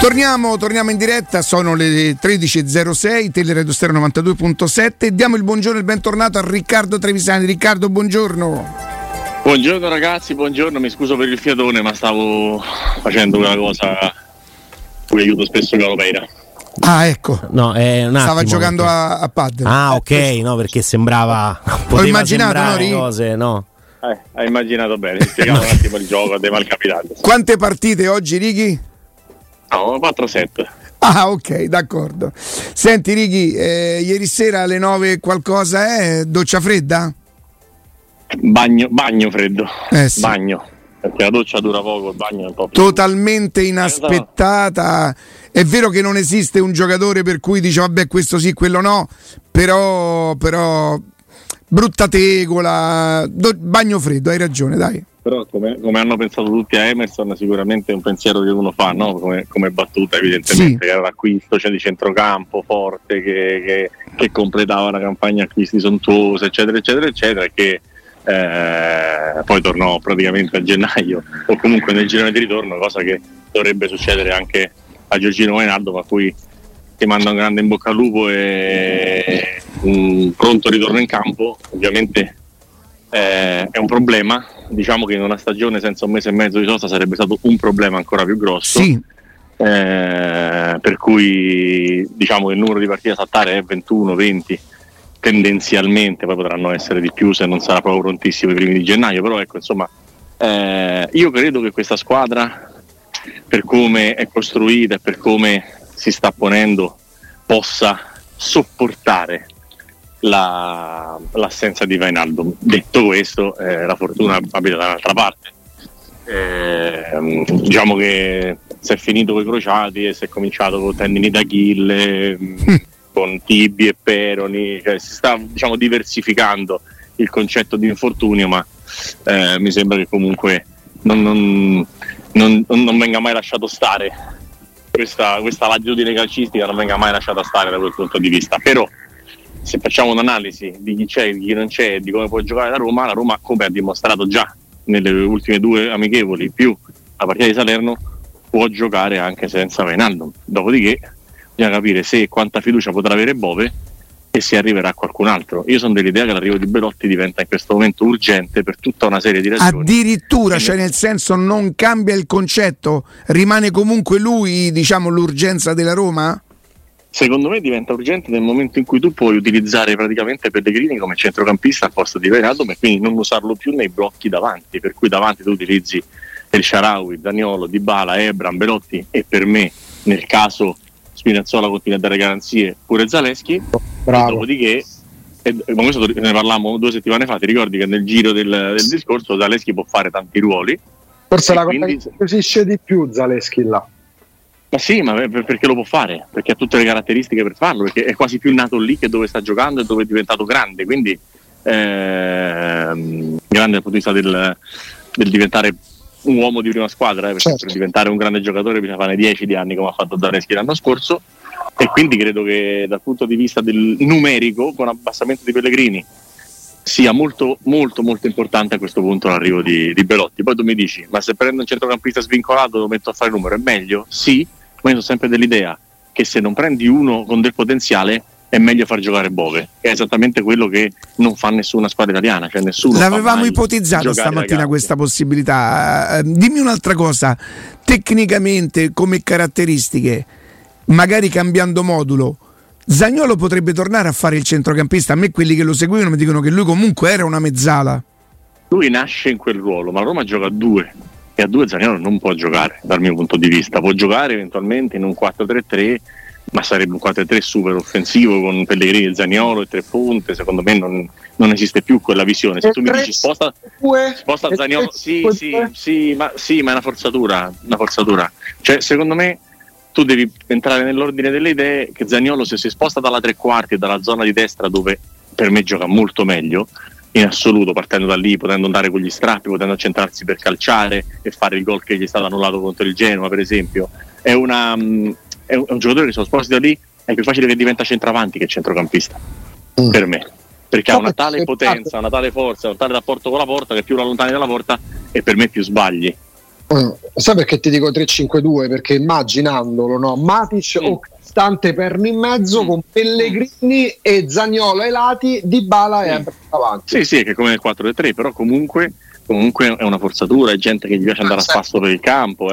Torniamo in diretta, sono le 13.06, Teleradio Stereo 92.7. Diamo il buongiorno e il bentornato a Riccardo Trevisani. Riccardo, buongiorno. Buongiorno ragazzi, buongiorno, mi scuso per il fiatone, ma stavo facendo quella cosa cui aiuto spesso Galopeira. Ah, ecco. No, stava giocando a padel. Ah, ok, no, perché sembrava. Ho immaginato, no, cose, no? Hai immaginato bene, spiegavo un attimo il gioco dei malcapitati. Quante partite oggi, Righi? No, 4-7. Ah, ok, d'accordo. Senti, Righi, ieri sera alle 9 qualcosa è? Doccia fredda? Bagno freddo. Sì. Bagno. Perché la doccia dura poco, il bagno è un po' più. Totalmente inaspettata. È vero che non esiste un giocatore per cui dice vabbè questo sì, quello no, però brutta tegola, bagno freddo, hai ragione, dai. Però come hanno pensato tutti a Emerson, sicuramente è un pensiero che uno fa, no? Come battuta evidentemente, sì. Che era l'acquisto, cioè di centrocampo forte, che completava una campagna acquisti sontuosa, eccetera, eccetera, eccetera, che poi tornò praticamente a gennaio o comunque nel girone di ritorno, cosa che dovrebbe succedere anche a Giorgino Wijnaldum, a cui ti manda un grande in bocca al lupo e un pronto ritorno in campo. Ovviamente è un problema, diciamo che in una stagione senza un mese e mezzo di sosta sarebbe stato un problema ancora più grosso, sì. Per cui diciamo che il numero di partite da saltare è 21-20 tendenzialmente, poi potranno essere di più se non sarà proprio prontissimo i primi di gennaio, però ecco, insomma, io credo che questa squadra, per come è costruita e per come si sta ponendo, possa sopportare l'assenza di Wijnaldum. Detto questo, la fortuna abita da un'altra parte. Diciamo che si è finito con i crociati e si è cominciato con tendini d'Achille, con tibie e peroni, cioè si sta, diciamo, diversificando il concetto di infortunio, ma mi sembra che comunque non venga mai lasciato stare questa latitudine calcistica, non venga mai lasciata stare da quel punto di vista. Però se facciamo un'analisi di chi c'è, di chi non c'è, di come può giocare la Roma, come ha dimostrato già nelle ultime due amichevoli più la partita di Salerno, può giocare anche senza Wijnaldum. Dopodiché bisogna capire se e quanta fiducia potrà avere Bove e se arriverà qualcun altro. Io sono dell'idea che l'arrivo di Belotti diventa in questo momento urgente per tutta una serie di ragioni. Addirittura, cioè nel senso non cambia il concetto, rimane comunque lui, diciamo, l'urgenza della Roma? Secondo me diventa urgente nel momento in cui tu puoi utilizzare praticamente Pellegrini come centrocampista al posto di Wijnaldum e quindi non usarlo più nei blocchi davanti, per cui davanti tu utilizzi El Shaarawy, Zaniolo, Dybala, Ebram, Belotti e per me nel caso Spinazzola continua a dare garanzie pure Zalewski. Bravo. Dopodiché, ma questo ne parlammo 2 settimane fa, ti ricordi che nel giro del discorso Zalewski può fare tanti ruoli, forse la quindi cosa che incuriosisce di più Zalewski là. ma sì, ma perché lo può fare, perché ha tutte le caratteristiche per farlo, perché è quasi più nato lì che dove sta giocando e dove è diventato grande, quindi grande dal punto di vista del diventare un uomo di prima squadra, perché certo, per diventare un grande giocatore bisogna fare 10 di anni come ha fatto Zalewski l'anno scorso, e quindi credo che dal punto di vista del numerico, con abbassamento di Pellegrini, sia molto molto molto importante a questo punto l'arrivo di Belotti. Poi tu mi dici, ma se prendo un centrocampista svincolato lo metto a fare numero, è meglio? Sì, ma io sono sempre dell'idea che se non prendi uno con del potenziale è meglio far giocare Bove, che è esattamente quello che non fa nessuna squadra italiana, cioè nessuno. L'avevamo ipotizzato stamattina questa possibilità. Dimmi un'altra cosa, tecnicamente come caratteristiche, magari cambiando modulo, Zaniolo potrebbe tornare a fare il centrocampista? A me quelli che lo seguivano mi dicono che lui comunque era una mezzala. Lui nasce in quel ruolo, ma Roma gioca a 2 e a 2 Zaniolo non può giocare dal mio punto di vista. Può giocare eventualmente in un 4-3-3, ma sarebbe un 4-3 super offensivo con Pellegrini, Zaniolo e 3 punte. Secondo me non esiste più quella visione. Se tu mi dici sposta Zaniolo, sì, ma è una forzatura. Cioè, secondo me tu devi entrare nell'ordine delle idee che Zaniolo, se si sposta dalla 3/4 e dalla zona di destra, dove per me gioca molto meglio in assoluto, partendo da lì, potendo andare con gli strappi, potendo accentrarsi per calciare e fare il gol che gli è stato annullato contro il Genoa, per esempio, è un giocatore che se lo sposti da lì è più facile che diventa centravanti che centrocampista, per me, perché ha una tale potenza, una tale forza, un tale rapporto con la porta che più lo allontani dalla porta e per me più sbagli. Sai perché ti dico 3-5-2? Perché immaginandolo, no? Matic o Cristante perno in mezzo con Pellegrini e Zaniolo ai lati, Dybala e Ebra avanti. Sì, che come nel 4-3, però comunque è una forzatura, è gente che gli piace andare a spasso per il campo,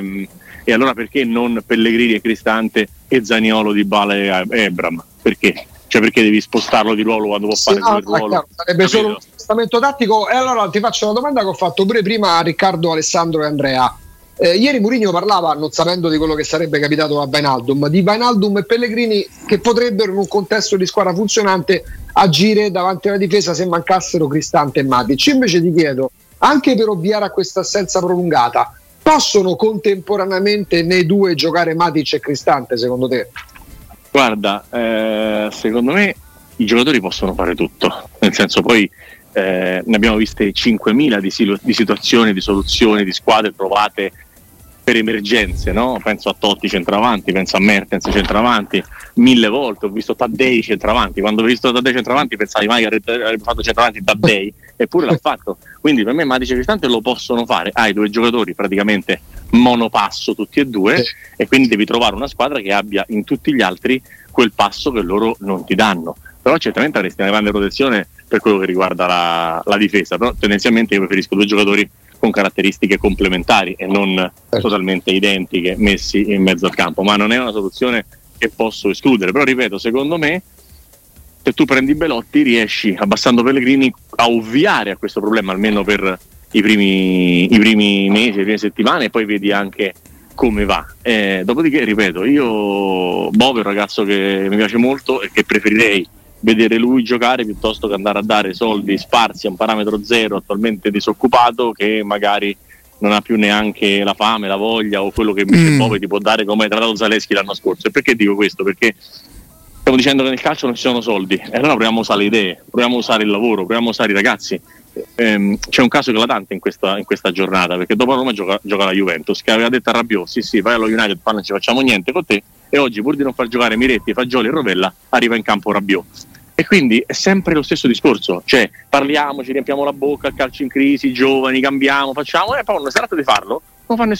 e allora perché non Pellegrini e Cristante e Zaniolo, Dybala e Ebram? Perché? Cioè perché devi spostarlo di ruolo quando può fare quel ruolo? Chiaro, sarebbe solo un spostamento tattico. E allora ti faccio una domanda che ho fatto pure prima a Riccardo, Alessandro e Andrea. Ieri Mourinho parlava, non sapendo di quello che sarebbe capitato a Wijnaldum, di Wijnaldum e Pellegrini che potrebbero in un contesto di squadra funzionante agire davanti alla difesa se mancassero Cristante e Matic. Invece ti chiedo, anche per ovviare a questa assenza prolungata, possono contemporaneamente nei due giocare Matic e Cristante secondo te? Guarda, secondo me i giocatori possono fare tutto, nel senso poi ne abbiamo viste 5.000 di situazioni, di soluzioni, di squadre trovate per emergenze, no? Penso a Totti centravanti, penso a Mertens centravanti, 1000 volte, ho visto Taddei centravanti, quando ho visto Taddei centravanti pensavi mai che avrebbe fatto centravanti Taddei, eppure l'ha fatto, quindi per me Matic e Cristante lo possono fare, hai due giocatori praticamente monopasso tutti e due, e quindi devi trovare una squadra che abbia in tutti gli altri quel passo che loro non ti danno, però certamente avresti una grande protezione per quello che riguarda la difesa, però tendenzialmente io preferisco due giocatori con caratteristiche complementari e non totalmente identiche messi in mezzo al campo, ma non è una soluzione che posso escludere, però ripeto, secondo me se tu prendi Belotti riesci, abbassando Pellegrini, a ovviare a questo problema almeno per i primi mesi, le prime settimane, e poi vedi anche come va. Dopodiché, ripeto, io Bove è un ragazzo che mi piace molto e che preferirei vedere lui giocare piuttosto che andare a dare soldi sparsi a un parametro zero attualmente disoccupato, che magari non ha più neanche la fame, la voglia o quello che invece Bove ti può dare, come ha trattato Zaleschi l'anno scorso. E perché dico questo? Perché stiamo dicendo che nel calcio non ci sono soldi, e allora proviamo a usare le idee, proviamo a usare il lavoro, proviamo a usare i ragazzi. C'è un caso eclatante in questa giornata, perché dopo Roma gioca la Juventus, che aveva detto a Rabiot sì vai allo United, poi non ci facciamo niente con te, e oggi pur di non far giocare Miretti, Fagioli e Rovella arriva in campo Rabiot. E quindi è sempre lo stesso discorso, cioè parliamo, ci riempiamo la bocca al calcio in crisi, giovani, cambiamo, facciamo, e poi quando si tratta di farlo non fa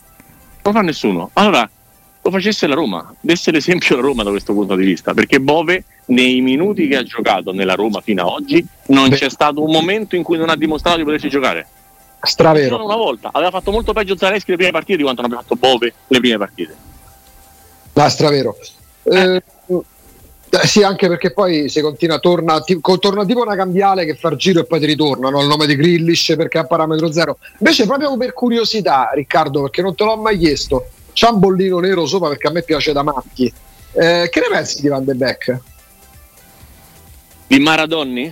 nessuno. Allora lo facesse la Roma, desse l'esempio la Roma da questo punto di vista, perché Bove nei minuti che ha giocato nella Roma fino ad oggi non c'è stato un momento in cui non ha dimostrato di poterci giocare. Stravero. Una volta aveva fatto molto peggio Zaleschi le prime partite di quanto non abbia fatto Bove le prime partite. Stravero. Sì, anche perché poi si continua, torna tipo una cambiale che fa il giro e poi ti ritorna, no? Il nome di Grealish perché è a parametro zero. Invece proprio per curiosità, Riccardo, perché non te l'ho mai chiesto, c'ha un bollino nero sopra perché a me piace da matti, che ne pensi di Van de Beek? Di Maradoni?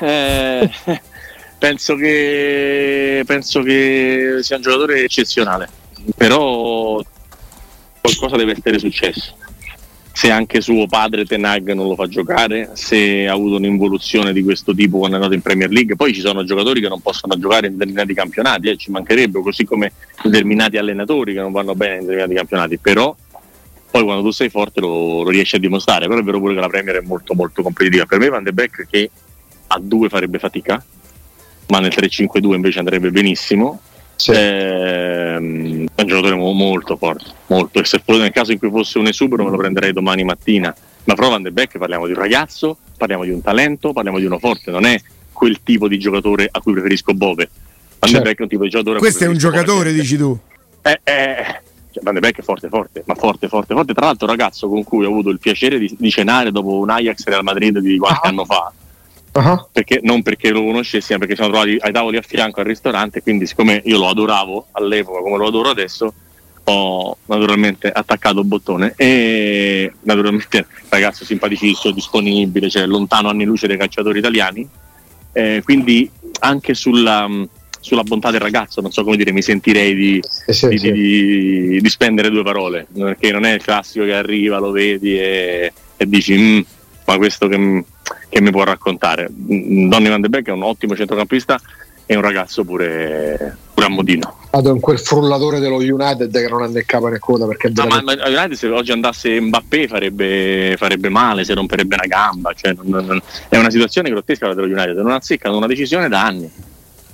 Penso che sia un giocatore eccezionale, però qualcosa deve essere successo. Se anche suo padre Ten Hag non lo fa giocare, se ha avuto un'involuzione di questo tipo quando è andato in Premier League. Poi ci sono giocatori che non possono giocare in determinati campionati, ci mancherebbe, così come determinati allenatori che non vanno bene in determinati campionati, però poi quando tu sei forte lo riesci a dimostrare. Però è vero pure che la Premier è molto molto competitiva. Per me Van de Beek, che a 2 farebbe fatica, ma nel 3-5-2 invece andrebbe benissimo. Sì. È un giocatore molto forte, molto, e se poi nel caso in cui fosse un esubero me lo prenderei domani mattina. Ma però Van de Beek, parliamo di un ragazzo, parliamo di un talento, parliamo di uno forte, non è quel tipo di giocatore a cui preferisco Bove. Van de Beek è un tipo di giocatore. Questo è un giocatore, dici tu? Van de Beek è forte, ma forte. Tra l'altro, ragazzo con cui ho avuto il piacere di cenare dopo un Ajax Real Madrid di qualche anno fa. Perché non perché lo conoscessi, ma perché siamo trovati ai tavoli a fianco al ristorante, quindi siccome io lo adoravo all'epoca come lo adoro adesso, ho naturalmente attaccato il bottone. E naturalmente ragazzo simpaticissimo, disponibile, cioè lontano anni luce dai calciatori italiani, quindi anche sulla bontà del ragazzo, non so come dire, mi sentirei di spendere 2 parole, perché non è il classico che arriva, lo vedi e dici ma questo che mi può raccontare. Donny Van de Beek è un ottimo centrocampista e un ragazzo pure a modino. Vado in quel frullatore dello United che non ha né capo né coda, perché ma United, se oggi andasse Mbappé farebbe male, se romperebbe una gamba, cioè è una situazione grottesca dello United, non azzeccano una decisione da anni.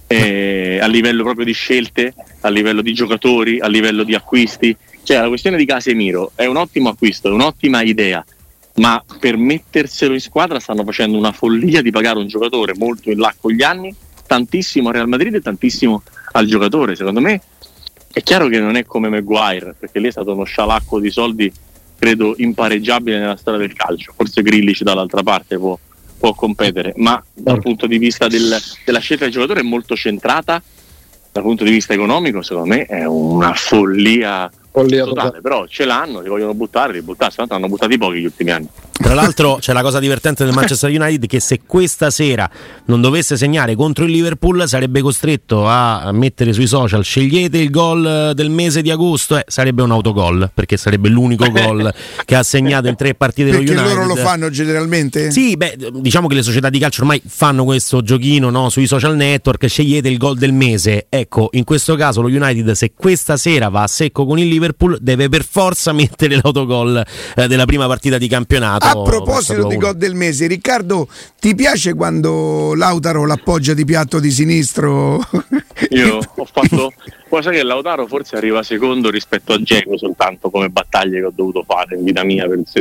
a livello proprio di scelte, a livello di giocatori, a livello di acquisti. Cioè la questione di Casemiro è un ottimo acquisto, è un'ottima idea, ma per metterselo in squadra stanno facendo una follia di pagare un giocatore molto in là con gli anni, tantissimo al Real Madrid e tantissimo al giocatore. Secondo me è chiaro che non è come Maguire, perché lì è stato uno scialacquo di soldi credo impareggiabile nella storia del calcio. Forse Grealish dall'altra parte può competere, ma dal punto di vista della scelta del giocatore è molto centrata. Dal punto di vista economico secondo me è una follia totale, però ce l'hanno, li vogliono buttare, tanto hanno buttati pochi gli ultimi anni. Tra l'altro c'è la cosa divertente del Manchester United, che se questa sera non dovesse segnare contro il Liverpool sarebbe costretto a mettere sui social scegliete il gol del mese di agosto, sarebbe un autogol, perché sarebbe l'unico gol che ha segnato in 3 partite dello United. Perché loro lo fanno generalmente? Sì, diciamo che le società di calcio ormai fanno questo giochino, no? Sui social network, scegliete il gol del mese. Ecco, in questo caso lo United, se questa sera va a secco con il Liverpool, deve per forza mettere l'autogol della prima partita di campionato. A proposito di gol del mese, Riccardo, ti piace quando Lautaro l'appoggia di piatto di sinistro? Io ho fatto, sai che Lautaro forse arriva secondo rispetto a Dzeko soltanto come battaglie che ho dovuto fare in vita mia per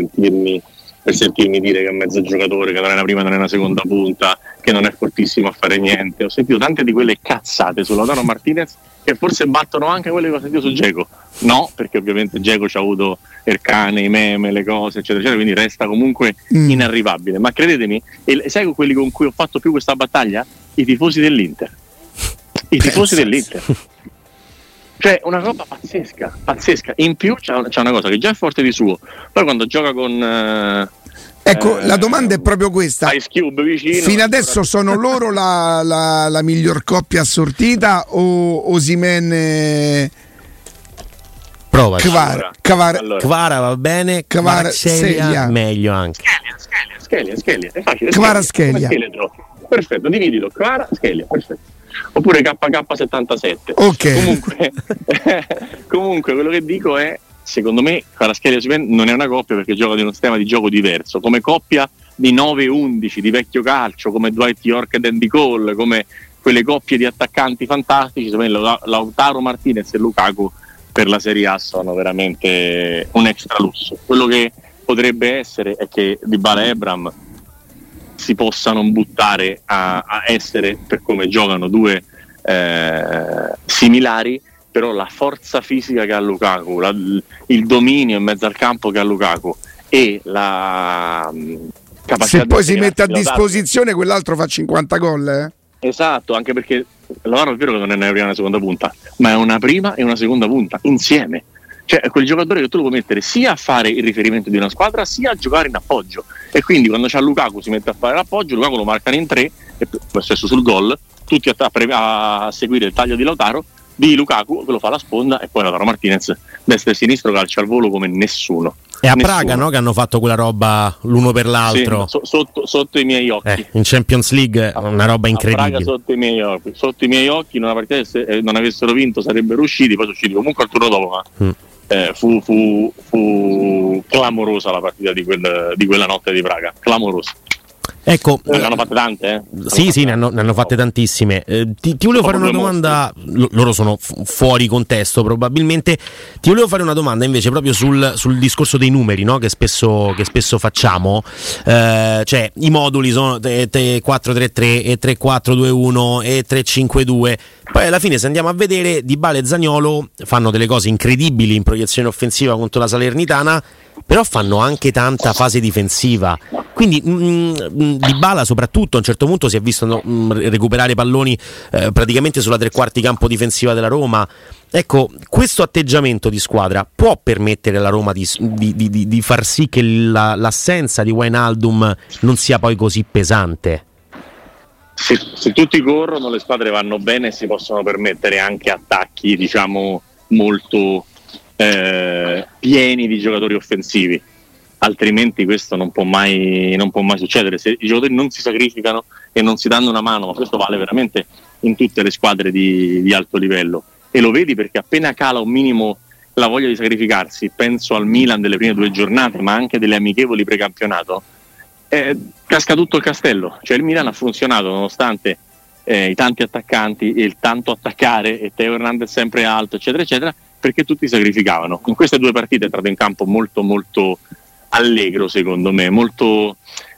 sentirmi dire che è mezzo giocatore, che non è una prima, non è una seconda punta, che non è fortissimo a fare niente. Ho sentito tante di quelle cazzate su Lautaro Martinez che forse battono anche quelle che ho sentito su Dzeko. No, perché ovviamente Dzeko ci ha avuto il cane, i meme, le cose, eccetera, eccetera, quindi resta comunque inarrivabile. Ma credetemi, e sai quelli con cui ho fatto più questa battaglia? I tifosi dell'Inter. Dell'Inter. Cioè una roba pazzesca. In più c'è una cosa che già è forte di suo, poi quando gioca con ecco, la domanda è proprio questa. Ice Cube vicino. Fino adesso sono loro la miglior coppia assortita o Osimhen prova Kvara va bene, Kvaratskhelia meglio anche. Skelia, è facile. Kvaratskhelia. Perfetto, dividilo, Kvaratskhelia, perfetto. Oppure KK77. Ok. Comunque quello che dico è, secondo me Kvaratskhelia non è una coppia perché gioca di uno sistema di gioco diverso, come coppia di 9-11 di vecchio calcio, come Dwight York e Andy Cole, come quelle coppie di attaccanti fantastici. Secondo me Lautaro Martinez e Lukaku per la Serie A sono veramente un extra lusso. Quello che potrebbe essere è che Dybala e Abraham si possano buttare a essere, per come giocano, due similari, però la forza fisica che ha Lukaku, il dominio in mezzo al campo che ha Lukaku e la capacità, se poi si mette a disposizione quell'altro fa 50 gol, Esatto, anche perché Lautaro è vero che non è una prima e una seconda punta, ma è una prima e una seconda punta insieme. Cioè è quel giocatore che tu lo puoi mettere sia a fare il riferimento di una squadra sia a giocare in appoggio, e quindi quando c'ha Lukaku si mette a fare l'appoggio, Lukaku lo marcano in 3 e lo stesso sul gol, tutti a seguire il taglio di Lautaro, di Lukaku che lo fa la sponda, e poi Lautaro Martinez destra e sinistro calcia al volo come nessuno. È a Praga, no, che hanno fatto quella roba l'uno per l'altro. Sì, sotto i miei occhi. In Champions League una roba incredibile. A Praga sotto i miei occhi in una partita, se non avessero vinto sarebbero usciti, poi sono usciti comunque al turno dopo, ma fu clamorosa la partita di quella notte di Praga, clamorosa. Ecco, ne hanno fatte tante, Sì, ne hanno fatte tantissime. Ti volevo fare una domanda. Loro sono fuori contesto probabilmente. Ti volevo fare una domanda invece proprio sul discorso dei numeri, no? che spesso facciamo. Cioè i moduli sono 4-3-3 e 3-4-2-1 e 3-5-2. Poi alla fine, se andiamo a vedere, Dybala e Zaniolo fanno delle cose incredibili in proiezione offensiva contro la Salernitana, però fanno anche tanta fase difensiva. Quindi Dybala soprattutto a un certo punto si è visto recuperare palloni praticamente sulla 3/4 campo difensiva della Roma. Ecco, questo atteggiamento di squadra può permettere alla Roma di far sì che l'assenza di Wijnaldum non sia poi così pesante? Se tutti corrono, le squadre vanno bene e si possono permettere anche attacchi, diciamo, molto pieni di giocatori offensivi. Altrimenti questo non può mai succedere. Se i giocatori non si sacrificano e non si danno una mano, ma questo vale veramente in tutte le squadre di alto livello, e lo vedi perché appena cala un minimo la voglia di sacrificarsi, penso al Milan delle prime 2 giornate, ma anche delle amichevoli precampionato, casca tutto il castello. Cioè il Milan ha funzionato nonostante i tanti attaccanti e il tanto attaccare e Teo Hernandez sempre alto, eccetera eccetera, perché tutti sacrificavano. In queste 2 partite è entrato in campo molto molto allegro, secondo me, molto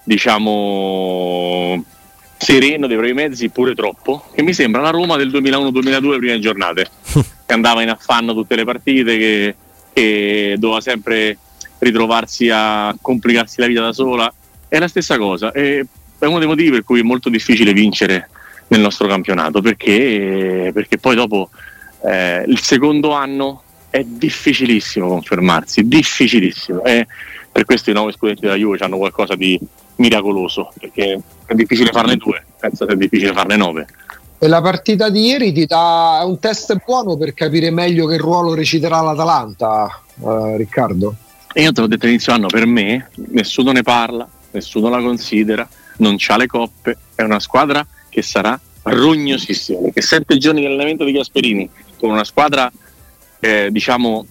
diciamo sereno dei propri mezzi, pure troppo, che mi sembra la Roma del 2001-2002 prime giornate, che andava in affanno tutte le partite, che doveva sempre ritrovarsi a complicarsi la vita da sola. È la stessa cosa, è uno dei motivi per cui è molto difficile vincere nel nostro campionato, perché poi dopo il secondo anno è difficilissimo confermarsi, difficilissimo, e per questo i 9 scudetti della Juve hanno qualcosa di miracoloso, perché è difficile farne 2, penso che è difficile farne 9. E la partita di ieri ti dà un test buono per capire meglio che ruolo reciterà l'Atalanta, Riccardo? E io te l'ho detto all'inizio anno, per me nessuno ne parla, nessuno la considera, non c'ha le coppe, è una squadra che sarà rognosissima, perché 7 giorni di allenamento di Gasperini con una squadra diciamo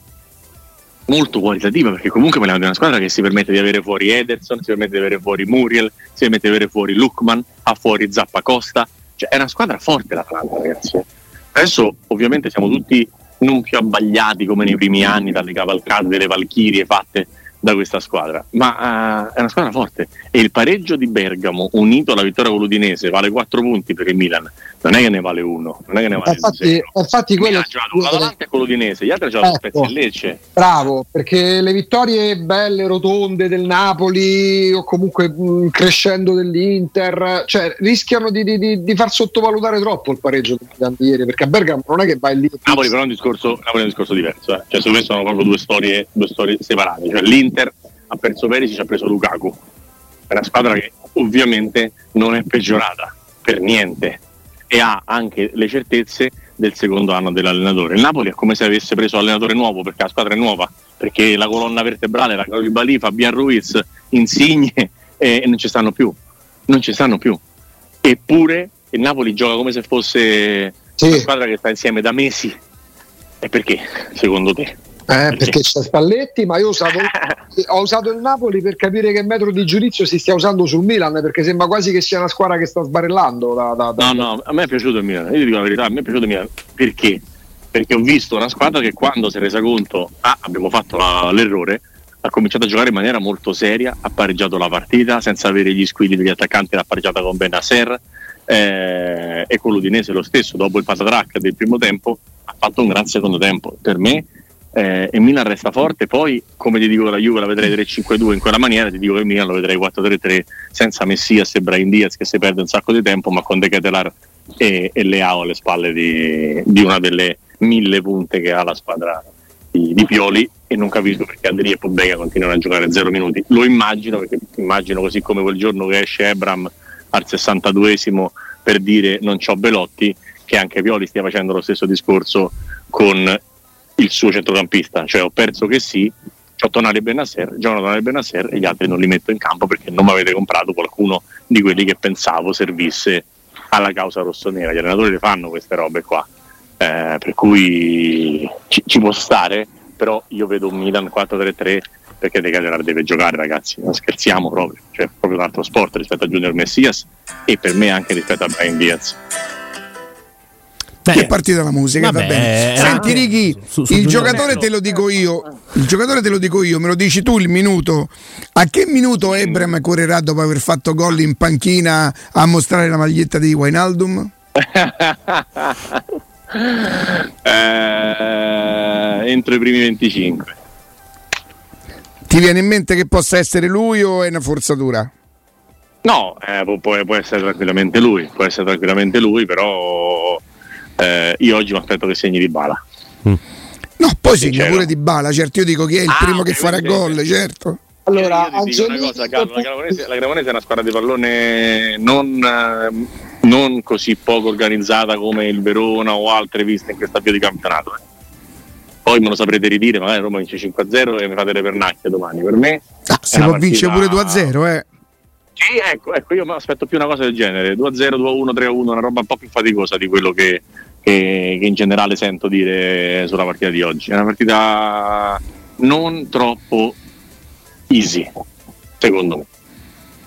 molto qualitativa, perché comunque parliamo di una squadra che si permette di avere fuori Ederson, si permette di avere fuori Muriel, si permette di avere fuori Lookman, ha fuori Zappacosta, cioè è una squadra forte l'Atalanta, ragazzi. Adesso ovviamente siamo tutti non più abbagliati come nei primi anni dalle cavalcate delle Valchirie fatte da questa squadra, ma è una squadra forte, e il pareggio di Bergamo unito alla vittoria con l'Udinese vale 4 punti per il Milan, non è che ne vale 1, non è che ne vale 0. Infatti quello ha giocato con l'Atalanta e con l'Udinese, gli altri hanno giocato Spezia e Lecce. Bravo, perché le vittorie belle rotonde del Napoli o comunque crescendo dell'Inter, cioè rischiano di far sottovalutare troppo il pareggio di ieri, perché a Bergamo non è che vai lì. Napoli però è un discorso diverso, cioè su questo sono proprio due storie separate, cioè l'Inter ha perso Perisic, ci ha preso Lukaku, è una squadra che ovviamente non è peggiorata per niente e ha anche le certezze del secondo anno dell'allenatore. Il Napoli è come se avesse preso allenatore nuovo, perché la squadra è nuova, perché la colonna vertebrale era Koulibaly, Fabian Ruiz, Insigne, e non ci stanno più, eppure il Napoli gioca come se fosse una squadra che sta insieme da mesi. E perché secondo te? Perché c'è Spalletti, ma io ho usato il Napoli per capire che metro di giudizio si stia usando sul Milan, perché sembra quasi che sia una squadra che sta sbarellando. No, a me è piaciuto il Milan, io ti dico la verità, a me è piaciuto il Milan. Perché? Perché ho visto una squadra che quando si è resa conto abbiamo fatto l'errore, ha cominciato a giocare in maniera molto seria, ha pareggiato la partita senza avere gli squilli degli attaccanti, l'ha pareggiata con Bennacer, e con l'Udinese lo stesso, dopo il patatrac del primo tempo ha fatto un gran secondo tempo. Per me il Milan resta forte. Poi, come ti dico che la Juve la vedrei 3-5-2 in quella maniera, ti dico che il Milan lo vedrei 4-3-3 senza Messias e Brahim Diaz, che si perde un sacco di tempo, ma con De Ketelaere e Leao alle spalle di una delle 1000 punte che ha la squadra di Pioli. E non capisco perché Adri e Pobega continuano a giocare 0 minuti. Lo immagino, perché immagino, così come quel giorno che esce Ebram al 62esimo per dire non c'ho Belotti, che anche Pioli stia facendo lo stesso discorso con il suo centrocampista, cioè ho perso che sì, c'ho Tonali e Bennacer, giocano Tonali e Bennacer e gli altri non li metto in campo perché non mi avete comprato qualcuno di quelli che pensavo servisse alla causa rossonera. Gli allenatori le fanno queste robe qua, per cui ci può stare, però io vedo un Milan 4-3-3 perché De Ketelaere deve giocare, ragazzi, non scherziamo proprio, cioè è proprio un altro sport rispetto a Junior Messias e per me anche rispetto a Brahim Diaz. Che è partita la musica, va bene. Senti Ricky, il giocatore te lo dico io, me lo dici tu il minuto. A che minuto Ebram correrà dopo aver fatto gol in panchina a mostrare la maglietta di Wijnaldum? Entro i primi 25. Ti viene in mente che possa essere lui o è una forzatura? No, può essere tranquillamente lui, però io oggi mi aspetto che segni Dybala. No, poi segna pure Dybala, certo, io dico chi è il primo che farà gol, certo. Allora, io ti dico una cosa, Carlo, la Cremonese è una squadra di pallone non così poco organizzata come il Verona o altre viste in questo avvio di campionato. Poi me lo saprete ridire, magari Roma vince 5-0 e mi fate le pernacchie domani. Per me se può vincere pure 2-0, Sì, ecco, io mi aspetto più una cosa del genere, 2-0, 2-1, 3-1, una roba un po' più faticosa di quello che in generale sento dire sulla partita di oggi. È una partita non troppo easy, secondo me.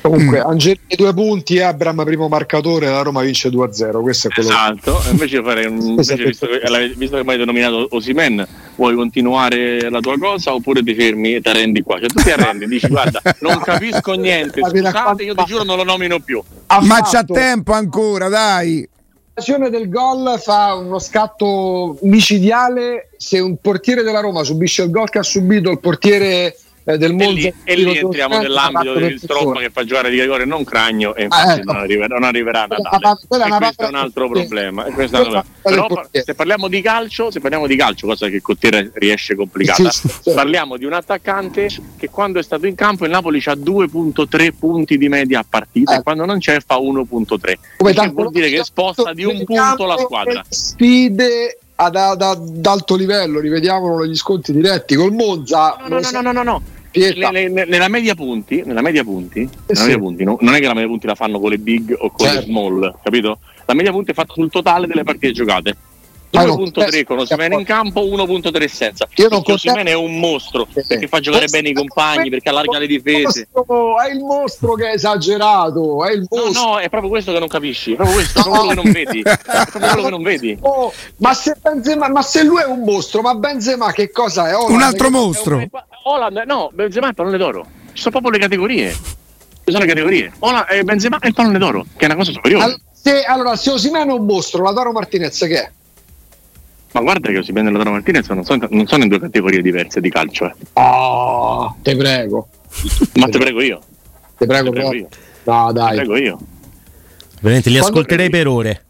Comunque Angelini 2 punti, Abram primo marcatore, la Roma vince 2-0. Questo è quello. Esatto. Invece farei visto che mi hai denominato Osimhen, vuoi continuare la tua cosa oppure ti fermi e ti arrendi qua? Cioè tu ti arrendi, dici guarda, non capisco niente, scusate, io ti giuro non lo nomino più. Ma c'ha tempo ancora, dai. L'occasione del gol fa uno scatto micidiale. Se un portiere della Roma subisce il gol che ha subito il portiere del Monza, e lì entriamo nell'ambito del Stroppa che fa giocare di rigore non Cragno, e infatti non arriverà a Natale, e questo è un altro problema. Però se parliamo di calcio, cosa che Cottiere riesce complicata, parliamo di un attaccante che quando è stato in campo il Napoli c'ha 2.3 punti di media a partita e quando non c'è fa 1.3, che vuol dire che sposta di un punto la squadra. Sfide ad alto livello, rivediamolo negli sconti diretti col Monza. No. Nella media punti, non è che la media punti la fanno con le big o con le small, capito? La media punti è fatta sul totale delle partite giocate. 2.3 con Osimhen in campo, 1.3 senza. Osimhen è un mostro perché fa giocare bene i compagni, perché allarga le difese. È il mostro che è esagerato, è il mostro. No, è proprio questo che non capisci, è proprio questo, è proprio quello che non vedi. È proprio quello che non vedi. Ma se lui è un mostro, ma Benzema che cosa è? Un altro mostro. Benzema è il pallone d'oro. Ci sono proprio le categorie. Benzema è il pallone d'oro, che è una cosa superiore. Allora, se Osimhen è un mostro, Lautaro Martinez che è? Ma guarda che Osimhen e Lautaro Martinez non sono in due categorie diverse di calcio. Te prego. Ma te prego io. Te prego io. No, dai. Te prego io. Veramente li ascolterei per ore.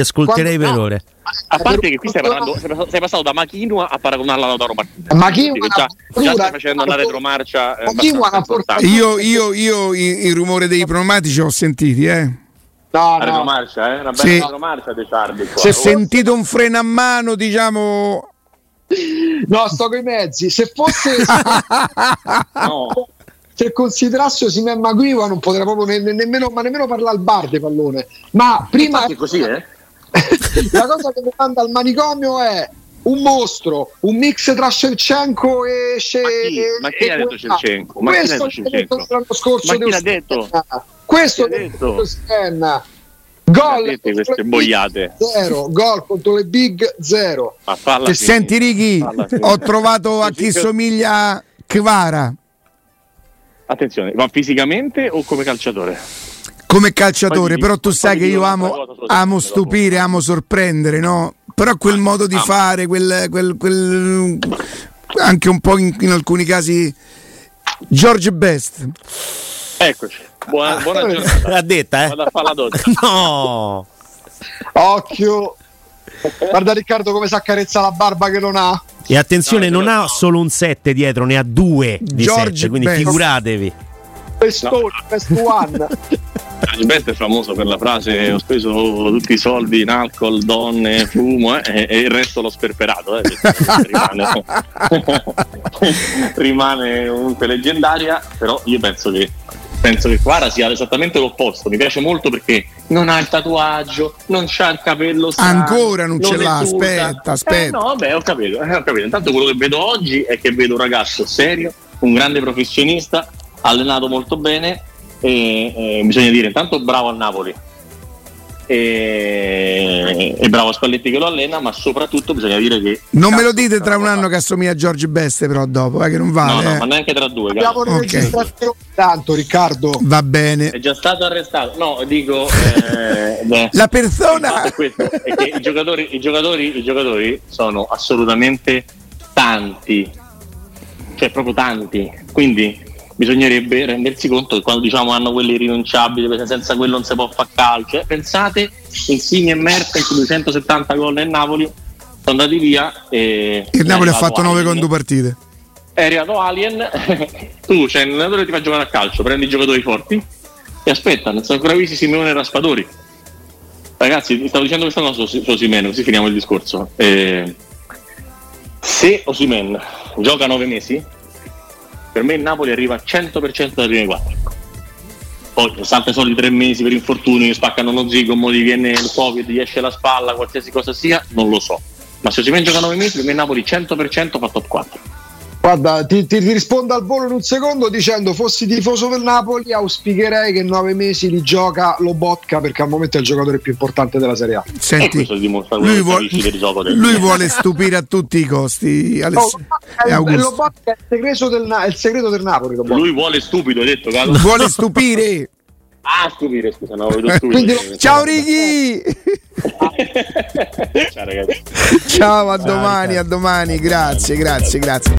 A parte che qui sei passato da Machinua a paragonarla a Lautaro Martinez. Machinua già stai facendo una retromarcia. Io il rumore dei pneumatici ho sentiti, No. Retromarcia, una bella retromarcia dei Ciardi. Se sentito un freno a mano, diciamo. No, sto coi mezzi. Se fosse no. Se considerasse Osimhen Maguire non potrei proprio nemmeno parlare al bar di pallone. Ma prima è così, la cosa che mi manda al manicomio è un mostro, un mix tra Shevchenko e ma chi ha detto Shevchenko? Ma chi l'anno scorso l'ha detto? Questo ha detto gol queste boiate 0, gol contro le big 0. Senti Righi, ho trovato a chi somiglia Kvara. Attenzione, ma fisicamente o come calciatore? Come calciatore, però tu sai che io amo stupire, amo sorprendere, no? Però quel modo di fare, quel anche un po' in alcuni casi George Best. Eccoci. Buona giornata. L'ha detta, Vado a fare la doccia. No. Occhio. Guarda Riccardo come si accarezza la barba che non ha. E attenzione, non ha solo un 7 dietro, ne ha 2 di George 7, quindi Best. Figuratevi. Best one. George Best è famoso per la frase: ho speso tutti i soldi in alcol, donne, fumo e il resto l'ho sperperato. Rimane comunque leggendaria, però io penso che Kvara sia esattamente l'opposto. Mi piace molto perché non ha il tatuaggio, non c'ha il capello strano, ancora non ce l'ha, aspetta. No, vabbè, ho capito. Intanto quello che vedo oggi è che vedo un ragazzo serio, un grande professionista, allenato molto bene e bisogna dire intanto bravo al Napoli e bravo a Spalletti che lo allena, ma soprattutto bisogna dire che non me lo dite tra un anno che assomiglia a George Best, però dopo che non vale. No, ma neanche tra due. Abbiamo registrato tanto, Riccardo. Va bene. È già stato arrestato. No, dico la persona è questo, è che i giocatori sono assolutamente tanti. Cioè proprio tanti. Quindi bisognerebbe rendersi conto che quando diciamo hanno quelli irrinunciabili perché senza quello non si può fare calcio, pensate Insigne e Mertens 270 gol nel Napoli sono andati via e il Napoli ha fatto 9 con 2 partite. È arrivato Alien. Tu c'è un allenatore che ti fa giocare a calcio, prendi i giocatori forti e aspetta, non sono ancora visti Simeone e Raspadori. Ragazzi, stavo dicendo questa cosa su Osimhen, così finiamo il discorso. Se Osimhen gioca 9 mesi, per me il Napoli arriva al 100% dai primi 4. Poi salta i soliti 3 mesi per infortuni, spaccano uno zigo, gli viene il Covid, gli esce la spalla, qualsiasi cosa sia, non lo so. Ma se Osimhen gioca 9 mesi, per me il Napoli 100% fa top 4. Guarda, ti rispondo al volo in un secondo dicendo: fossi tifoso del Napoli auspicherei che 9 mesi li gioca Lobotka, perché al momento è il giocatore più importante della Serie A. Senti, lui vuole stupire a tutti i costi. Lobotka è il segreto del Napoli. Lobotka. Lui vuole stupido, hai detto, Carlo? Vuole stupire. Stupire, scusa, no, vedo stupido. Ciao Righi. Ciao ragazzi. Ciao, a domani, grazie.